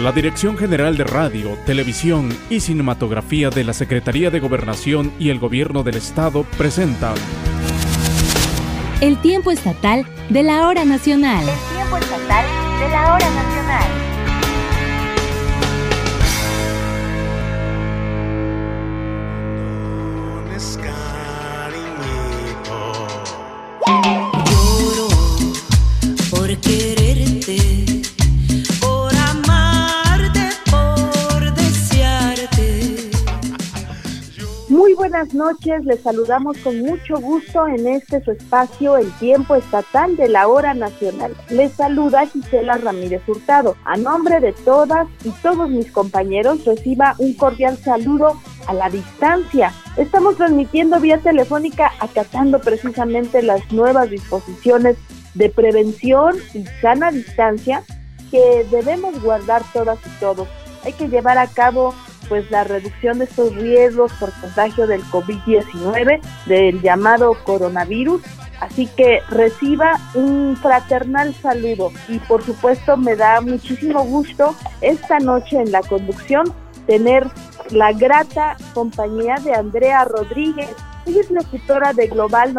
La Dirección General de Radio, Televisión y Cinematografía de la Secretaría de Gobernación y el Gobierno del Estado presentan El tiempo estatal de la hora nacional. El tiempo estatal de la hora nacional. Lloro por quererte, por amarte, por desearte. Muy buenas noches, les saludamos con mucho gusto en este su espacio, el tiempo estatal de la hora nacional. Les saluda Gisela Ramírez Hurtado. A nombre de todas y todos mis compañeros, reciba un cordial saludo a la distancia. Estamos transmitiendo vía telefónica acatando precisamente las nuevas disposiciones de prevención y sana distancia que debemos guardar todas y todos. Hay que llevar a cabo pues la reducción de estos riesgos por contagio del COVID-19, del llamado coronavirus. Así que reciba un fraternal saludo y por supuesto me da muchísimo gusto esta noche en la conducción tener la grata compañía de Andrea Rodríguez. Ella es locutora de Global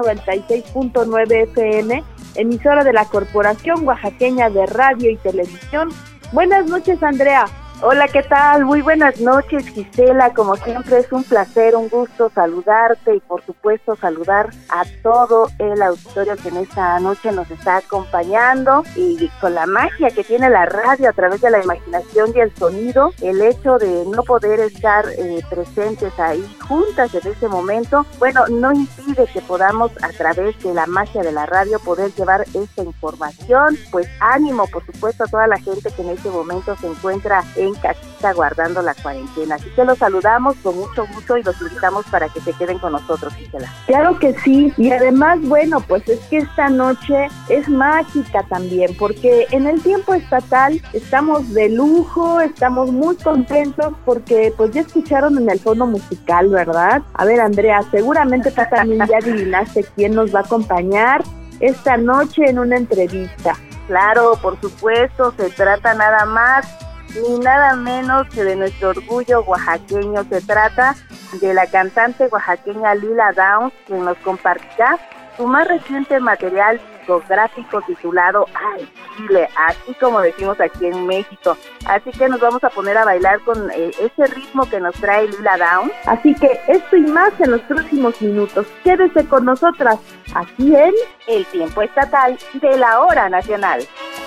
96.9 FM, emisora de la Corporación Oaxaqueña de Radio y Televisión. Buenas noches, Andrea. Hola, ¿qué tal? Muy buenas noches, Gisela. Como siempre es un placer, un gusto saludarte y por supuesto saludar a todo el auditorio que en esta noche nos está acompañando y con la magia que tiene la radio a través de la imaginación y el sonido, el hecho de no poder estar presentes ahí juntas en este momento, bueno, no impide que podamos a través de la magia de la radio poder llevar esta información. Pues ánimo, por supuesto, a toda la gente que en este momento se encuentra en casita guardando la cuarentena. Así que los saludamos con mucho gusto y los invitamos para que se queden con nosotros, Gisela. Claro que sí, y además, bueno, pues es que esta noche es mágica también, porque en el tiempo estatal estamos de lujo, estamos muy contentos porque pues ya escucharon en el fondo musical, ¿verdad? A ver, Andrea, seguramente tú también ya adivinaste quién nos va a acompañar esta noche en una entrevista. Claro, por supuesto, se trata nada más ni nada menos que de nuestro orgullo oaxaqueño. Se trata de la cantante oaxaqueña Lila Downs, quien nos compartirá su más reciente material discográfico titulado Ay Chile, así como decimos aquí en México. Así que nos vamos a poner a bailar con ese ritmo que nos trae Lila Downs. Así que esto y más en los próximos minutos. Quédese con nosotras aquí en El Tiempo Estatal de la Hora Nacional.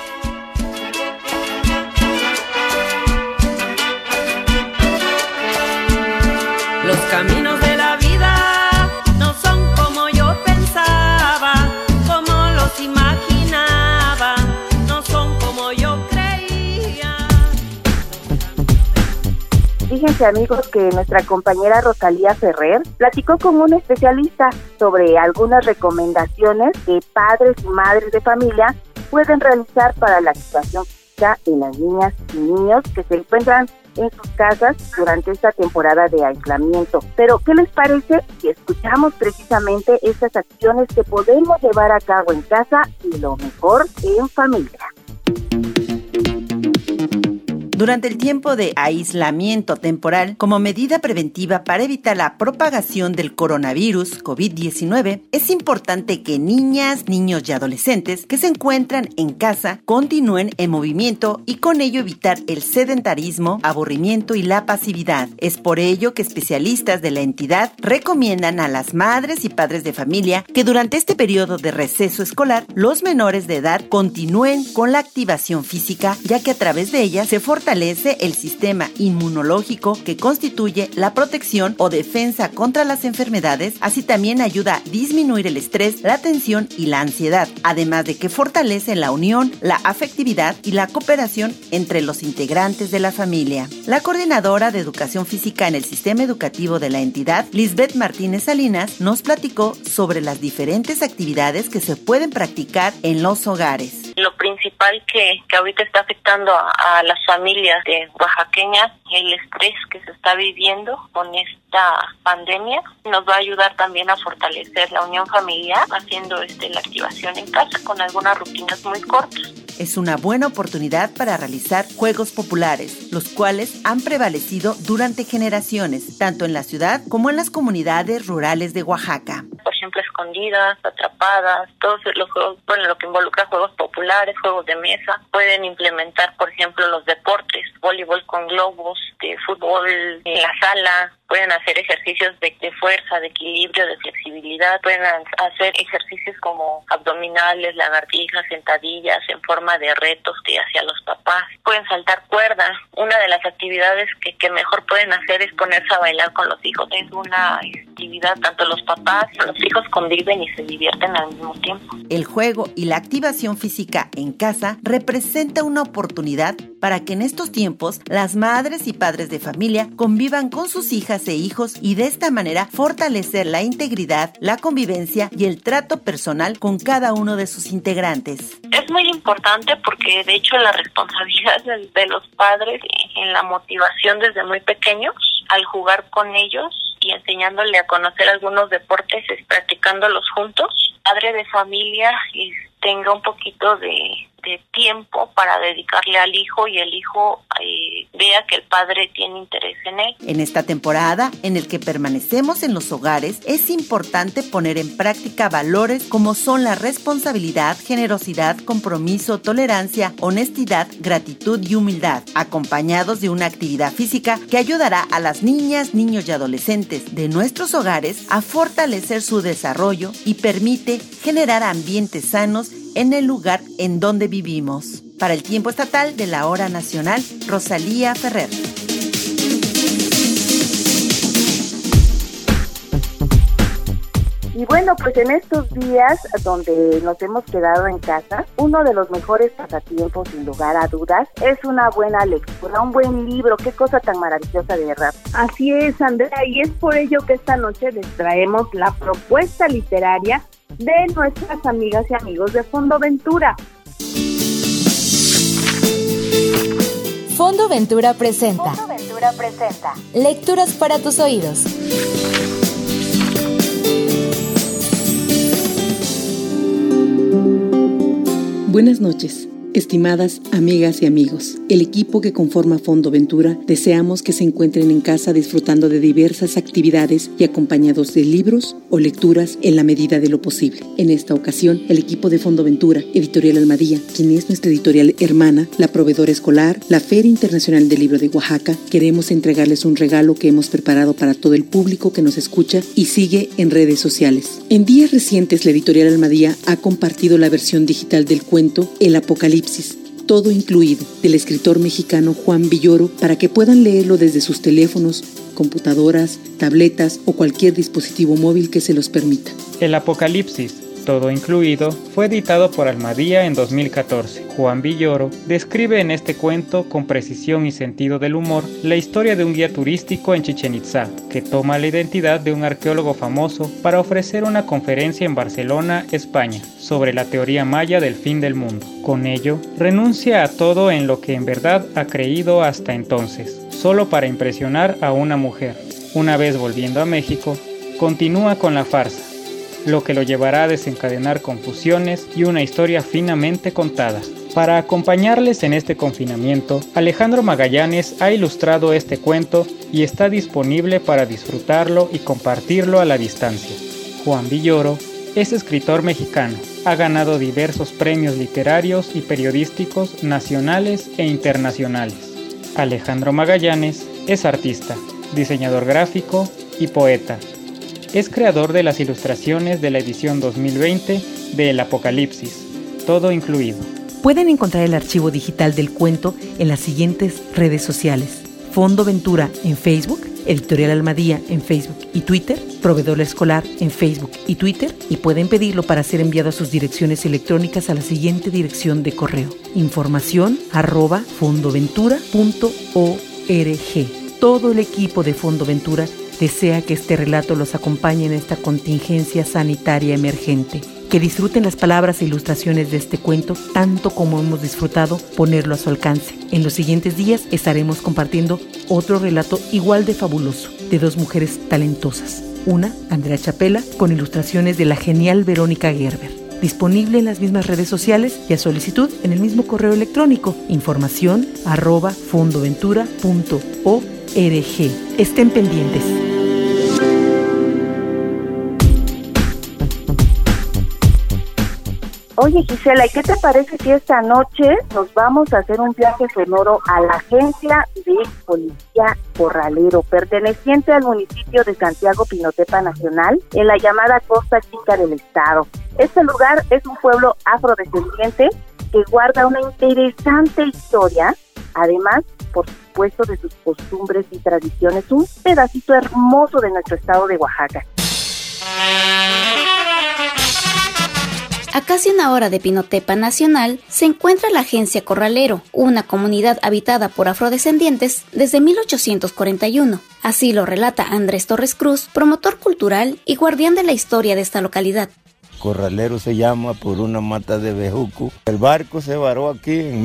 Los caminos de la vida no son como yo pensaba, como los imaginaba, no son como yo creía. Fíjense, amigos, que nuestra compañera Rosalía Ferrer platicó con un especialista sobre algunas recomendaciones que padres y madres de familia pueden realizar para la activación física en las niñas y niños que se encuentran en sus casas durante esta temporada de aislamiento. Pero, ¿qué les parece si escuchamos precisamente estas acciones que podemos llevar a cabo en casa y lo mejor en familia? Durante el tiempo de aislamiento temporal, como medida preventiva para evitar la propagación del coronavirus COVID-19, es importante que niñas, niños y adolescentes que se encuentran en casa continúen en movimiento y con ello evitar el sedentarismo, aburrimiento y la pasividad. Es por ello que especialistas de la entidad recomiendan a las madres y padres de familia que durante este periodo de receso escolar, los menores de edad continúen con la activación física, ya que a través de ella se fortalece el sistema inmunológico que constituye la protección o defensa contra las enfermedades, así también ayuda a disminuir el estrés, la tensión y la ansiedad, además de que fortalece la unión, la afectividad y la cooperación entre los integrantes de la familia. La coordinadora de educación física en el sistema educativo de la entidad, Lisbeth Martínez Salinas, nos platicó sobre las diferentes actividades que se pueden practicar en los hogares. Lo principal que ahorita está afectando a las familias de oaxaqueñas, el estrés que se está viviendo con esta pandemia, nos va a ayudar también a fortalecer la unión familiar, haciendo la activación en casa con algunas rutinas muy cortas. Es una buena oportunidad para realizar juegos populares, los cuales han prevalecido durante generaciones, tanto en la ciudad como en las comunidades rurales de Oaxaca. Por ejemplo, escondidas, atrapadas, todos los juegos, lo que involucra juegos populares, juegos de mesa. Pueden implementar, por ejemplo, los deportes, voleibol con globos, fútbol en la sala. Pueden hacer ejercicios de fuerza, de equilibrio, de flexibilidad. Pueden hacer ejercicios como abdominales, lagartijas, sentadillas en forma de retos hacia los papás. Pueden saltar cuerda. Una de las actividades que mejor pueden hacer es ponerse a bailar con los hijos. Es una actividad, tanto los papás como los hijos conviven y se divierten al mismo tiempo. El juego y la activación física en casa representa una oportunidad para que en estos tiempos las madres y padres de familia convivan con sus hijas e hijos y de esta manera fortalecer la integridad, la convivencia y el trato personal con cada uno de sus integrantes. Es muy importante porque de hecho la responsabilidad de los padres en la motivación desde muy pequeños, al jugar con ellos y enseñándole a conocer algunos deportes, practicándolos juntos. Padre de familia tenga un poquito de tiempo para dedicarle al hijo y el hijo vea que el padre tiene interés en él. En esta temporada en el que permanecemos en los hogares, es importante poner en práctica valores como son la responsabilidad, generosidad, compromiso, tolerancia, honestidad, gratitud y humildad, acompañados de una actividad física que ayudará a las niñas, niños y adolescentes de nuestros hogares a fortalecer su desarrollo y permite generar ambientes sanos en el lugar en donde vivimos. Para el tiempo estatal de la hora nacional, Rosalía Ferrer. Y bueno, pues en estos días donde nos hemos quedado en casa, uno de los mejores pasatiempos, sin lugar a dudas, es una buena lectura, un buen libro. Qué cosa tan maravillosa, de verdad. Así es, Andrea, y es por ello que esta noche les traemos la propuesta literaria de nuestras amigas y amigos de Fondo Ventura. Fondo Ventura presenta. Lecturas para tus oídos. Buenas noches. Estimadas amigas y amigos, el equipo que conforma Fondo Ventura deseamos que se encuentren en casa disfrutando de diversas actividades y acompañados de libros o lecturas en la medida de lo posible. En esta ocasión, el equipo de Fondo Ventura, Editorial Almadía, quien es nuestra editorial hermana, la proveedora escolar, la Feria Internacional del Libro de Oaxaca, queremos entregarles un regalo que hemos preparado para todo el público que nos escucha y sigue en redes sociales. En días recientes, la Editorial Almadía ha compartido la versión digital del cuento El Apocalipsis, todo incluido, del escritor mexicano Juan Villoro, para que puedan leerlo desde sus teléfonos, computadoras, tabletas o cualquier dispositivo móvil que se los permita. El Apocalipsis, todo incluido, fue editado por Almadía en 2014. Juan Villoro describe en este cuento, con precisión y sentido del humor, la historia de un guía turístico en Chichén Itzá, que toma la identidad de un arqueólogo famoso para ofrecer una conferencia en Barcelona, España, sobre la teoría maya del fin del mundo. Con ello, renuncia a todo en lo que en verdad ha creído hasta entonces, solo para impresionar a una mujer. Una vez volviendo a México, continúa con la farsa, lo que lo llevará a desencadenar confusiones y una historia finamente contada. Para acompañarles en este confinamiento, Alejandro Magallanes ha ilustrado este cuento y está disponible para disfrutarlo y compartirlo a la distancia. Juan Villoro es escritor mexicano, ha ganado diversos premios literarios y periodísticos nacionales e internacionales. Alejandro Magallanes es artista, diseñador gráfico y poeta. Es creador de las ilustraciones de la edición 2020 de El Apocalipsis, todo incluido. Pueden encontrar el archivo digital del cuento en las siguientes redes sociales: Fondo Ventura en Facebook, Editorial Almadía en Facebook y Twitter, Proveedor Escolar en Facebook y Twitter, y pueden pedirlo para ser enviado a sus direcciones electrónicas a la siguiente dirección de correo: información@fondoventura.org. Todo el equipo de Fondo Ventura desea que este relato los acompañe en esta contingencia sanitaria emergente. Que disfruten las palabras e ilustraciones de este cuento tanto como hemos disfrutado ponerlo a su alcance. En los siguientes días estaremos compartiendo otro relato igual de fabuloso, de dos mujeres talentosas. Una, Andrea Chapela, con ilustraciones de la genial Verónica Gerber. Disponible en las mismas redes sociales y a solicitud en el mismo correo electrónico, información@fondoventura.org. Estén pendientes. Oye, Gisela, ¿y qué te parece si esta noche nos vamos a hacer un viaje sonoro a la agencia de policía Corralero, perteneciente al municipio de Santiago Pinotepa Nacional, en la llamada Costa Chica del estado? Este lugar es un pueblo afrodescendiente que guarda una interesante historia, además, por supuesto, de sus costumbres y tradiciones, un pedacito hermoso de nuestro estado de Oaxaca. A casi una hora de Pinotepa Nacional se encuentra la Agencia Corralero, una comunidad habitada por afrodescendientes desde 1841. Así lo relata Andrés Torres Cruz, promotor cultural y guardián de la historia de esta localidad. Corralero se llama por una mata de bejuco. El barco se varó aquí en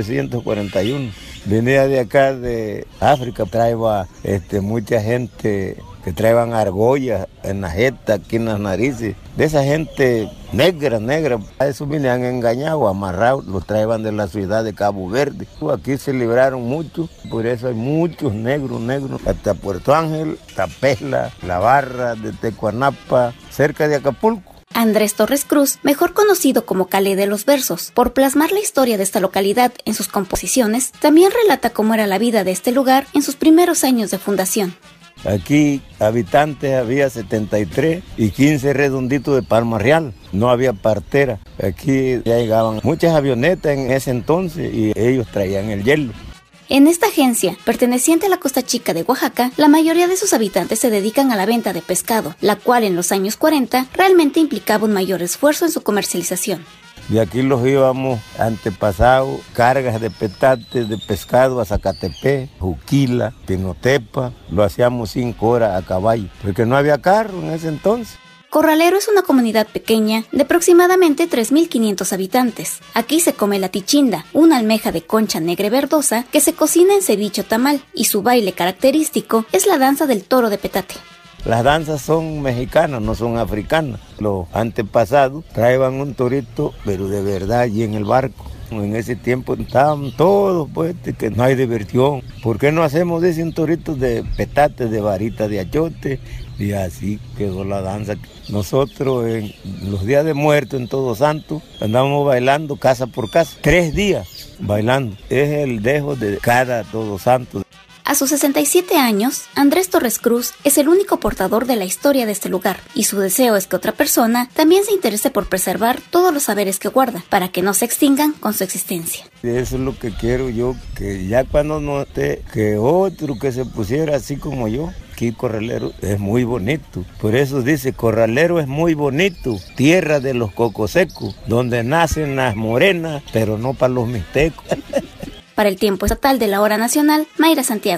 1941. Venía de acá de África, traía mucha gente que traían argollas en la jeta, aquí en las narices. De esa gente negra, a eso venían engañados, amarrados, los traían de la ciudad de Cabo Verde. Aquí se libraron muchos, por eso hay muchos negros, hasta Puerto Ángel, Tapela, La Barra, de Tecuanapa, cerca de Acapulco. Andrés Torres Cruz, mejor conocido como Calé de los Versos, por plasmar la historia de esta localidad en sus composiciones, también relata cómo era la vida de este lugar en sus primeros años de fundación. Aquí habitantes había 73 y 15 redonditos de Palma Real, no había partera. Aquí ya llegaban muchas avionetas en ese entonces y ellos traían el hielo. En esta agencia, perteneciente a la Costa Chica de Oaxaca, la mayoría de sus habitantes se dedican a la venta de pescado, la cual en los años 40 realmente implicaba un mayor esfuerzo en su comercialización. De aquí los íbamos antepasados, cargas de petate, de pescado a Zacatepec, Juquila, Pinotepa. Lo hacíamos 5 horas a caballo, porque no había carro en ese entonces. Corralero es una comunidad pequeña de aproximadamente 3.500 habitantes. Aquí se come la tichinda, una almeja de concha negra y verdosa que se cocina en ceviche o tamal, y su baile característico es la danza del toro de petate. Las danzas son mexicanas, no son africanas. Los antepasados traían un torito, pero de verdad, allí en el barco. En ese tiempo estaban todos, pues, que no hay diversión. ¿Por qué no hacemos un torito de petate, de varita de achote? Y así quedó la danza. Nosotros en los días de muerto, en Todos Santos, andamos bailando casa por casa. 3 días bailando. Es el dejo de cada Todos Santos. A sus 67 años, Andrés Torres Cruz es el único portador de la historia de este lugar, y su deseo es que otra persona también se interese por preservar todos los saberes que guarda, para que no se extingan con su existencia. Eso es lo que quiero yo, que ya cuando no esté, que otro que se pusiera así como yo. Aquí Corralero es muy bonito, por eso dice Corralero es muy bonito, tierra de los cocos secos, donde nacen las morenas, pero no para los mixtecos. Para el tiempo estatal de la hora nacional, Mayra Santiago.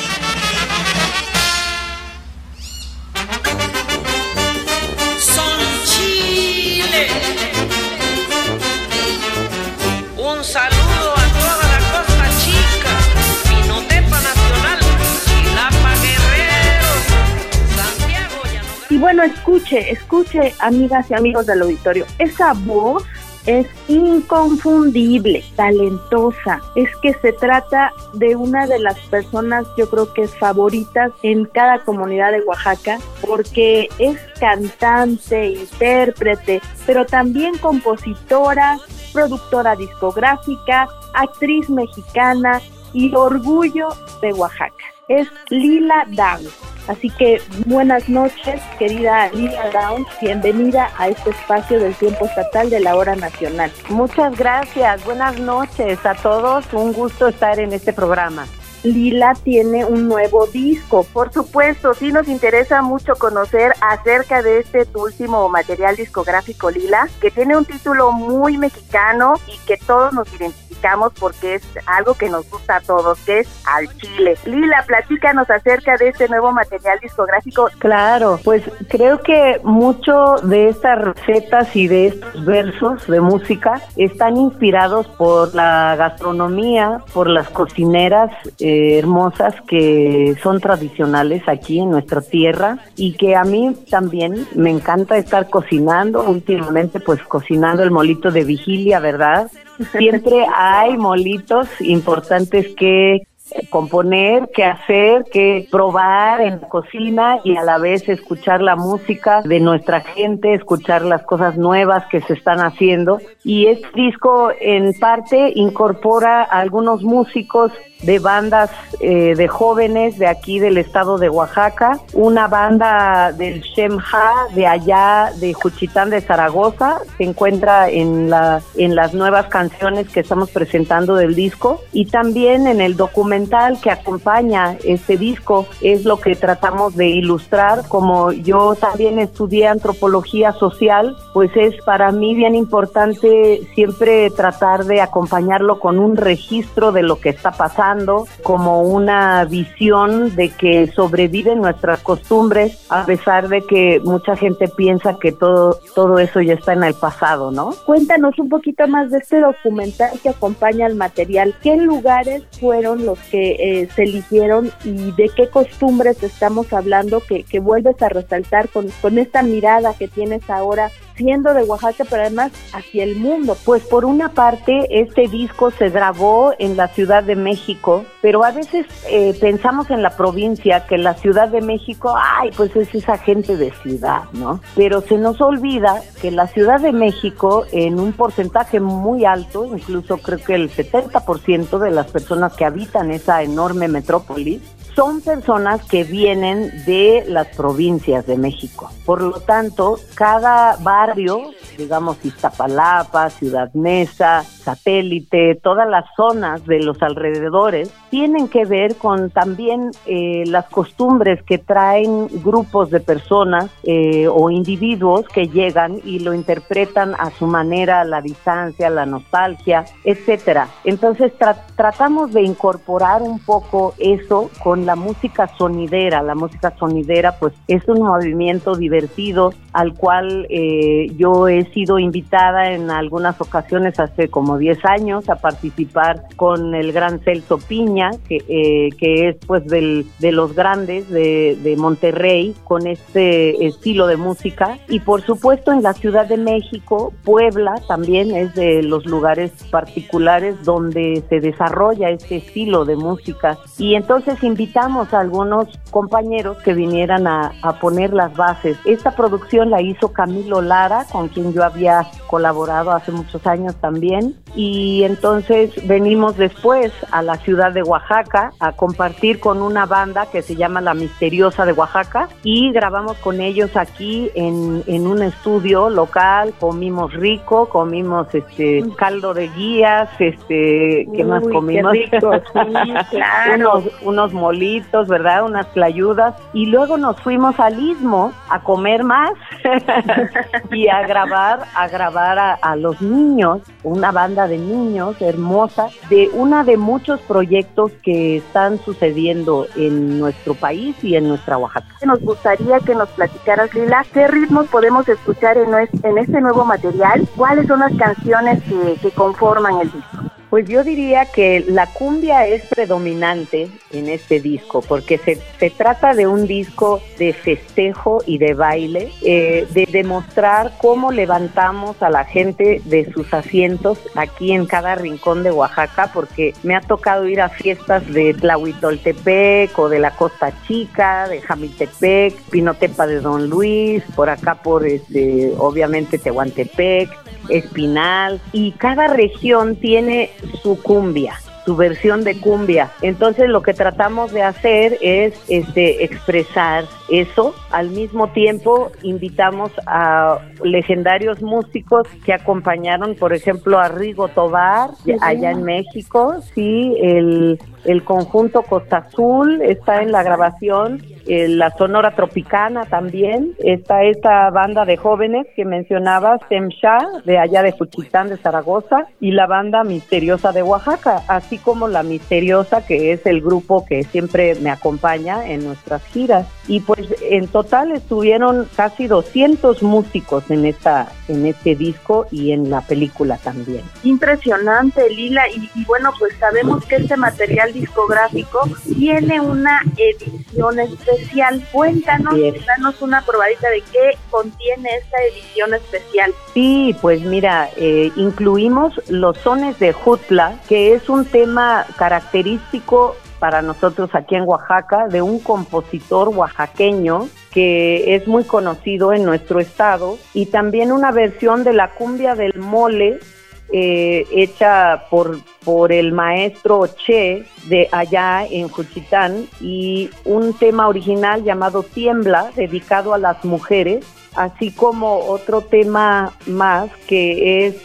Son Chile. Un saludo a toda la Costa Chica, Pinotepa Nacional, Chilapa Guerrero, Santiago. Y bueno, escuche, amigas y amigos del auditorio, esa voz es inconfundible, talentosa. Es que se trata de una de las personas, yo creo que favoritas en cada comunidad de Oaxaca, porque es cantante, intérprete, pero también compositora, productora discográfica, actriz mexicana y orgullo de Oaxaca. Es Lila Downs. Así que buenas noches, querida Lila Downs, bienvenida a este espacio del tiempo estatal de la hora nacional. Muchas gracias, buenas noches a todos, un gusto estar en este programa. Lila tiene un nuevo disco. Por supuesto, sí nos interesa mucho conocer acerca de este tu último material discográfico, Lila, que tiene un título muy mexicano y que todos nos identificamos platicamos porque es algo que nos gusta a todos, que es al chile. Lila, platícanos acerca de este nuevo material discográfico. Claro, pues creo que mucho de estas recetas y de estos versos de música están inspirados por la gastronomía, por las cocineras hermosas que son tradicionales aquí en nuestra tierra y que a mí también me encanta estar cocinando, últimamente pues cocinando el molito de vigilia, ¿verdad? Siempre hay molitos importantes que componer, que hacer, que probar en la cocina y a la vez escuchar la música de nuestra gente, escuchar las cosas nuevas que se están haciendo. Y este disco en parte incorpora a algunos músicos de bandas de jóvenes de aquí del estado de Oaxaca, una banda del Shemha de allá de Juchitán de Zaragoza, se encuentra en las nuevas canciones que estamos presentando del disco, y también en el documental que acompaña este disco es lo que tratamos de ilustrar. Como yo también estudié antropología social, pues es para mí bien importante siempre tratar de acompañarlo con un registro de lo que está pasando, como una visión de que sobreviven nuestras costumbres, a pesar de que mucha gente piensa que todo eso ya está en el pasado, ¿no? Cuéntanos un poquito más de este documental que acompaña al material. ¿Qué lugares fueron los que se eligieron y de qué costumbres estamos hablando que vuelves a resaltar con esta mirada que tienes ahora siendo de Oaxaca, pero además hacia el mundo? Pues por una parte, este disco se grabó en la Ciudad de México, pero a veces pensamos en la provincia, que la Ciudad de México, pues es esa gente de ciudad, ¿no? Pero se nos olvida que la Ciudad de México, en un porcentaje muy alto, incluso creo que el 70% de las personas que habitan esa enorme metrópolis, son personas que vienen de las provincias de México. Por lo tanto, cada barrio, digamos Iztapalapa, Ciudad Neza, Satélite, todas las zonas de los alrededores, tienen que ver con también las costumbres que traen grupos de personas o individuos que llegan y lo interpretan a su manera, la distancia, la nostalgia, etcétera. Entonces tratamos de incorporar un poco eso con la música sonidera. La música sonidera pues es un movimiento divertido al cual yo he sido invitada en algunas ocasiones hace como 10 años a participar con el gran Celso Piña, que es pues de los grandes de Monterrey, con este estilo de música. Y por supuesto en la Ciudad de México, Puebla también es de los lugares particulares donde se desarrolla este estilo de música. Y entonces invitamos a algunos compañeros que vinieran a poner las bases. Esta producción la hizo Camilo Lara, con quien yo había colaborado hace muchos años también, y entonces venimos después a la ciudad de Oaxaca a compartir con una banda que se llama La Misteriosa de Oaxaca, y grabamos con ellos aquí en un estudio local. Comimos rico, comimos caldo de guías, ¿qué más comimos? Qué rico, sí, claro. unos molitos, ¿verdad? Unas tlayudas, y luego nos fuimos al Istmo a comer más y a grabar a los niños, una banda de niños hermosa, de una de muchos proyectos que están sucediendo en nuestro país y en nuestra Oaxaca. Nos gustaría que nos platicaras, Lila, ¿qué ritmos podemos escuchar en este nuevo material? ¿Cuáles son las canciones que conforman el disco? Pues yo diría que la cumbia es predominante en este disco, porque se trata de un disco de festejo y de baile, de demostrar cómo levantamos a la gente de sus asientos aquí en cada rincón de Oaxaca, porque me ha tocado ir a fiestas de Tlahuitoltepec o de la Costa Chica, de Jamiltepec, Pinotepa de Don Luis, por acá por obviamente Tehuantepec, Espinal, y cada región tiene su cumbia, su versión de cumbia. Entonces lo que tratamos de hacer es expresar eso. Al mismo tiempo invitamos a legendarios músicos que acompañaron, por ejemplo, a Rigo Tobar allá en México, sí, el conjunto Costa Azul está en la grabación, la Sonora Tropicana también, está esta banda de jóvenes que mencionabas, Temsha, de allá de Juchitán, de Zaragoza, y la banda Misteriosa de Oaxaca, así como La Misteriosa, que es el grupo que siempre me acompaña en nuestras giras. Y pues en total estuvieron casi 200 músicos en este disco y en la película también. Impresionante, Lila, y bueno, pues sabemos que este material discográfico tiene una edición especial. Cuéntanos, danos una probadita de qué contiene esta edición especial. Sí, pues mira, incluimos los sones de Jutla, que es un tema característico para nosotros aquí en Oaxaca, de un compositor oaxaqueño que es muy conocido en nuestro estado, y también una versión de la cumbia del mole hecha por el maestro Che de allá en Juchitán, y un tema original llamado Tiembla, dedicado a las mujeres, así como otro tema más que es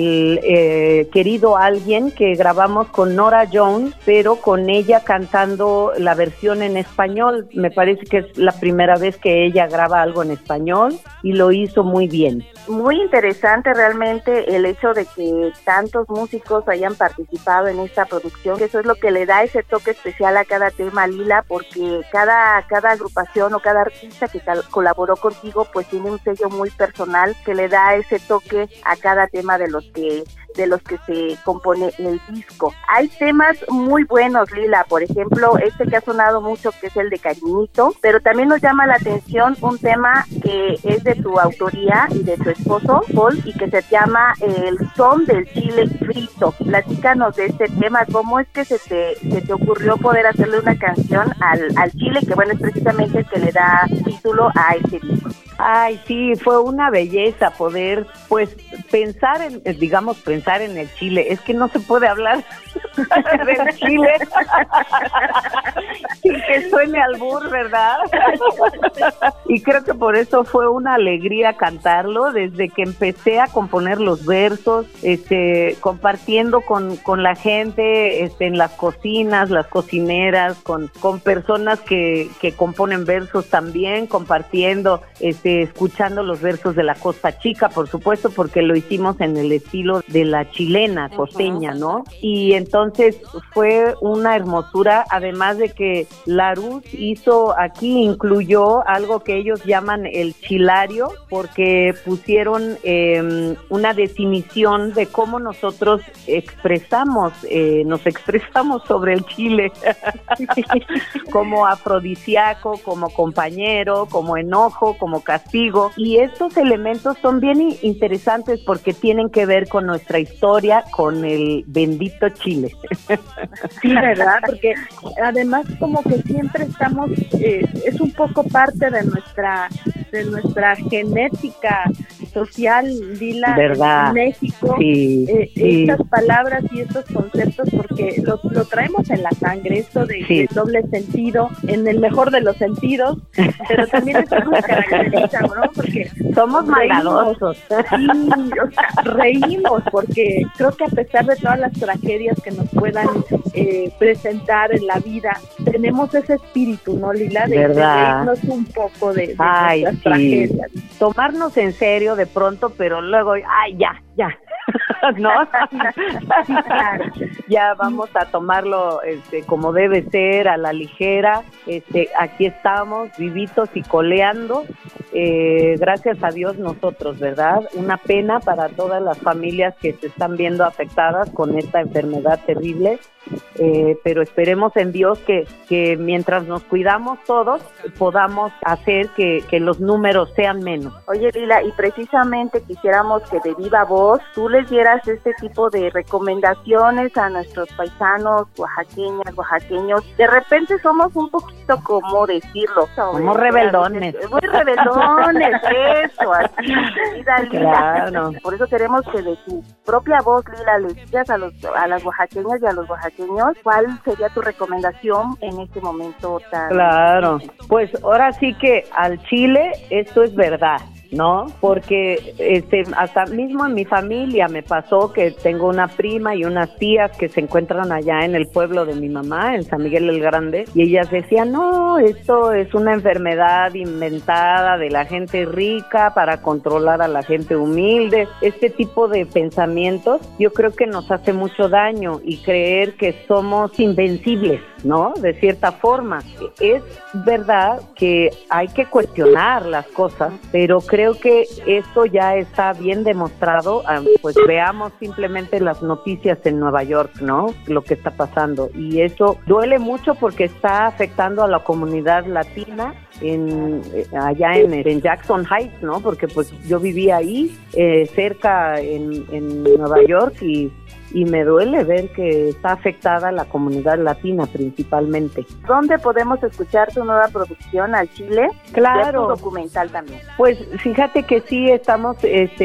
el Querido Alguien, que grabamos con Nora Jones, pero con ella cantando la versión en español. Me parece que es la primera vez que ella graba algo en español y lo hizo muy bien. Muy interesante realmente el hecho de que tantos músicos hayan participado en esta producción, que eso es lo que le da ese toque especial a cada tema, Lila, porque cada agrupación o cada artista que colaboró contigo pues tiene un sello muy personal que le da ese toque a cada tema de los que se compone el disco. Hay temas muy buenos, Lila, por ejemplo, este que ha sonado mucho, que es el de Cariñito, pero también nos llama la atención un tema que es de tu autoría y de tu esposo, Paul, y que se llama El Son del Chile Frito. Platícanos de este tema, ¿cómo es que se te ocurrió poder hacerle una canción al chile, que bueno, es precisamente el que le da título a este disco? Ay, sí, fue una belleza poder, pues, pensar en el chile. Es que no se puede hablar del chile sin que suene albur, ¿verdad? Y creo que por eso fue una alegría cantarlo, desde que empecé a componer los versos, compartiendo con la gente, en las cocinas, las cocineras, con personas que componen versos también, compartiendo, escuchando los versos de la Costa Chica, por supuesto, porque lo hicimos en el estilo de la chilena costeña, ¿no? Y entonces fue una hermosura, además de que Larus incluyó algo que ellos llaman el chilario, porque pusieron una definición de cómo nosotros nos expresamos sobre el chile, como afrodisíaco, como compañero, como enojo, como castigo, y estos elementos son bien interesantes porque tienen que ver con nuestra historia, con el bendito chile. Sí, ¿verdad? Porque además como que siempre estamos, es un poco parte de nuestra genética social, Lila, ¿verdad? En México, sí. Estas palabras y estos conceptos, porque lo traemos en la sangre, esto de doble sentido, en el mejor de los sentidos, pero también eso nos caracteriza, ¿no? Porque somos maldadosos. Sí, o sea, reímos, porque creo que a pesar de todas las tragedias que nos puedan presentar en la vida, tenemos ese espíritu, ¿no, Lila? De reírnos un poco de nuestras tragedias. Tomarnos en serio de pronto, pero luego, ya. ¿No? Sí, claro. Ya vamos a tomarlo como debe ser, a la ligera. Aquí estamos, vivitos y coleando. Gracias a Dios nosotros, ¿verdad? Una pena para todas las familias que se están viendo afectadas con esta enfermedad terrible. Pero esperemos en Dios que mientras nos cuidamos todos, podamos hacer que los números sean menos. Oye, Lila, y precisamente quisiéramos que de viva voz tú les dieras este tipo de recomendaciones a nuestros paisanos oaxaqueños. De repente somos un poquito, ¿cómo decirlo? Somos rebeldones. Muy rebeldones, eso, así, Lila. Claro. Por eso queremos que de tu propia voz, Lila, les digas a las oaxaqueñas y a los oaxaqueños, ¿cuál sería tu recomendación en este momento tan... Claro, pues ahora sí que al chile esto es verdad. ¿no? Porque hasta mismo en mi familia me pasó que tengo una prima y unas tías que se encuentran allá en el pueblo de mi mamá, en San Miguel el Grande, y ellas decían, no, esto es una enfermedad inventada de la gente rica para controlar a la gente humilde. Este tipo de pensamientos yo creo que nos hace mucho daño, y creer que somos invencibles, ¿no? De cierta forma. Es verdad que hay que cuestionar las cosas, pero creo que esto ya está bien demostrado. Pues veamos simplemente las noticias en Nueva York, ¿no? Lo que está pasando. Y eso duele mucho porque está afectando a la comunidad latina allá en Jackson Heights, ¿no? Porque pues yo vivía ahí, cerca en Nueva York, y me duele ver que está afectada la comunidad latina principalmente. ¿Dónde podemos escuchar tu nueva producción, al Chile? Claro. Y tu documental también. Pues fíjate que sí estamos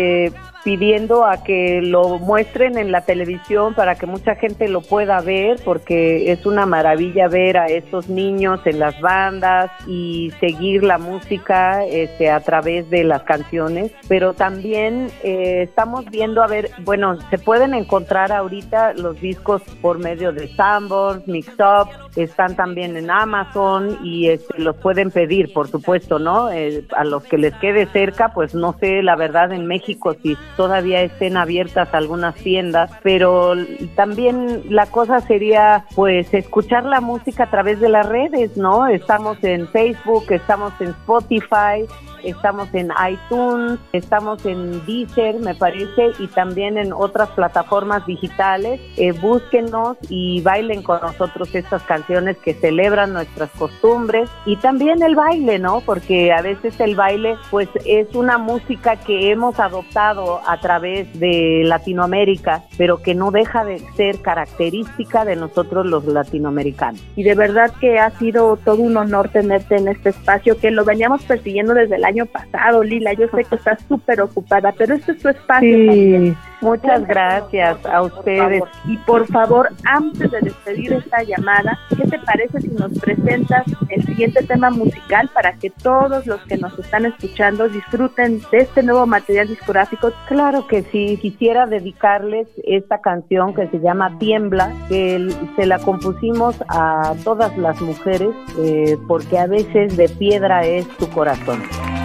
pidiendo a que lo muestren en la televisión para que mucha gente lo pueda ver, porque es una maravilla ver a estos niños en las bandas y seguir la música a través de las canciones, pero también estamos viendo, bueno, se pueden encontrar ahorita los discos por medio de Sanborns, Mix Up, están también en Amazon, y los pueden pedir, por supuesto, ¿no? A los que les quede cerca, pues no sé, la verdad, en México si todavía estén abiertas algunas tiendas, pero también la cosa sería pues escuchar la música a través de las redes, ¿no? Estamos en Facebook, estamos en Spotify, estamos en iTunes, estamos en Deezer, me parece, y también en otras plataformas digitales. Búsquenos y bailen con nosotros estas canciones que celebran nuestras costumbres, y también el baile, ¿no? Porque a veces el baile pues es una música que hemos adoptado a través de Latinoamérica, pero que no deja de ser característica de nosotros los latinoamericanos. Y de verdad que ha sido todo un honor tenerte en este espacio, que lo veníamos persiguiendo desde el año pasado, Lila. Yo sé que estás súper ocupada, pero este es tu espacio. Sí, también. Muchas gracias a ustedes. Y por favor, antes de despedir esta llamada, ¿qué te parece si nos presentas el siguiente tema musical para que todos los que nos están escuchando disfruten de este nuevo material discográfico? Claro que sí, quisiera dedicarles esta canción que se llama Tiembla, que se la compusimos a todas las mujeres, porque a veces de piedra es tu corazón.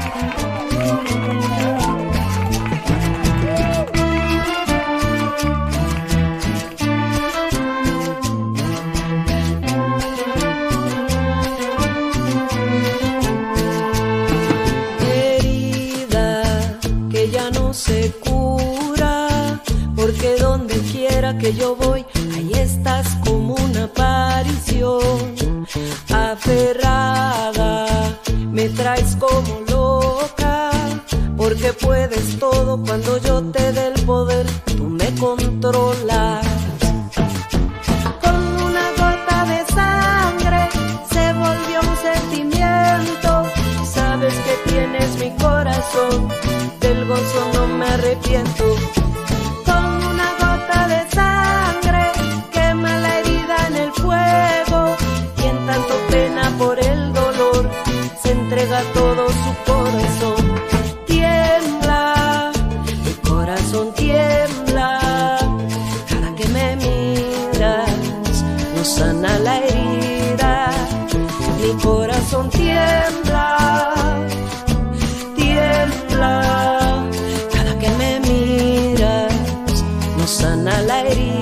Se cura, porque donde quiera que yo voy, ahí estás como una aparición. Aferrada, me traes como loca, porque puedes todo cuando yo te dé el poder, tú me controlas. Con una gota de sangre se volvió un sentimiento, sabes que tienes mi corazón, del gozo no me arrepiento. Con una gota de sangre quema la herida en el fuego, y en tanto pena por el dolor se entrega todo su corazón. Tiembla, mi corazón tiembla, cada que me miras no sana la herida. Mi corazón tiembla, tiembla, cada que me miras no sana la herida.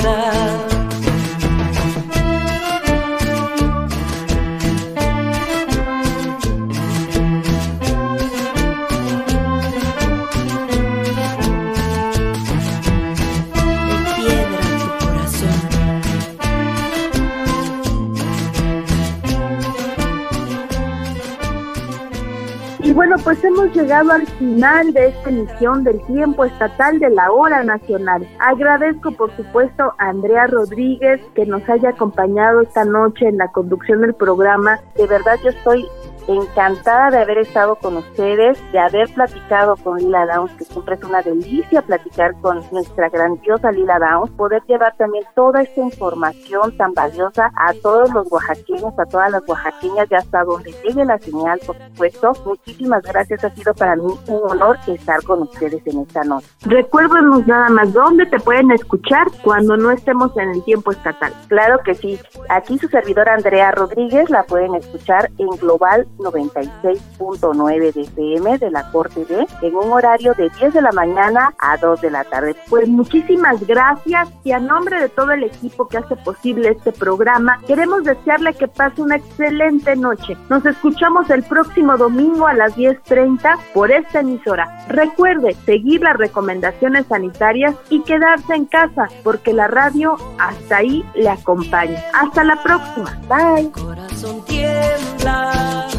Bueno, pues hemos llegado al final de esta emisión del Tiempo Estatal de la Hora Nacional. Agradezco, por supuesto, a Andrea Rodríguez que nos haya acompañado esta noche en la conducción del programa. De verdad, yo estoy encantada de haber estado con ustedes, de haber platicado con Lila Downs, que siempre es una delicia platicar con nuestra grandiosa Lila Downs, poder llevar también toda esta información tan valiosa a todos los oaxaqueños, a todas las oaxaqueñas, ya hasta donde llegue la señal, por supuesto. Muchísimas gracias. Ha sido para mí un honor estar con ustedes en esta noche. Recuérdenos nada más dónde te pueden escuchar cuando no estemos en el tiempo estatal. Claro que sí. Aquí su servidora Andrea Rodríguez la pueden escuchar en Global 96.9 de FM de la Corte D en un horario de 10 de la mañana a 2 de la tarde. Pues muchísimas gracias y a nombre de todo el equipo que hace posible este programa, queremos desearle que pase una excelente noche. Nos escuchamos el próximo domingo a las 10:30 por esta emisora. Recuerde seguir las recomendaciones sanitarias y quedarse en casa, porque la radio hasta ahí le acompaña. Hasta la próxima. Bye. Corazón tiembla.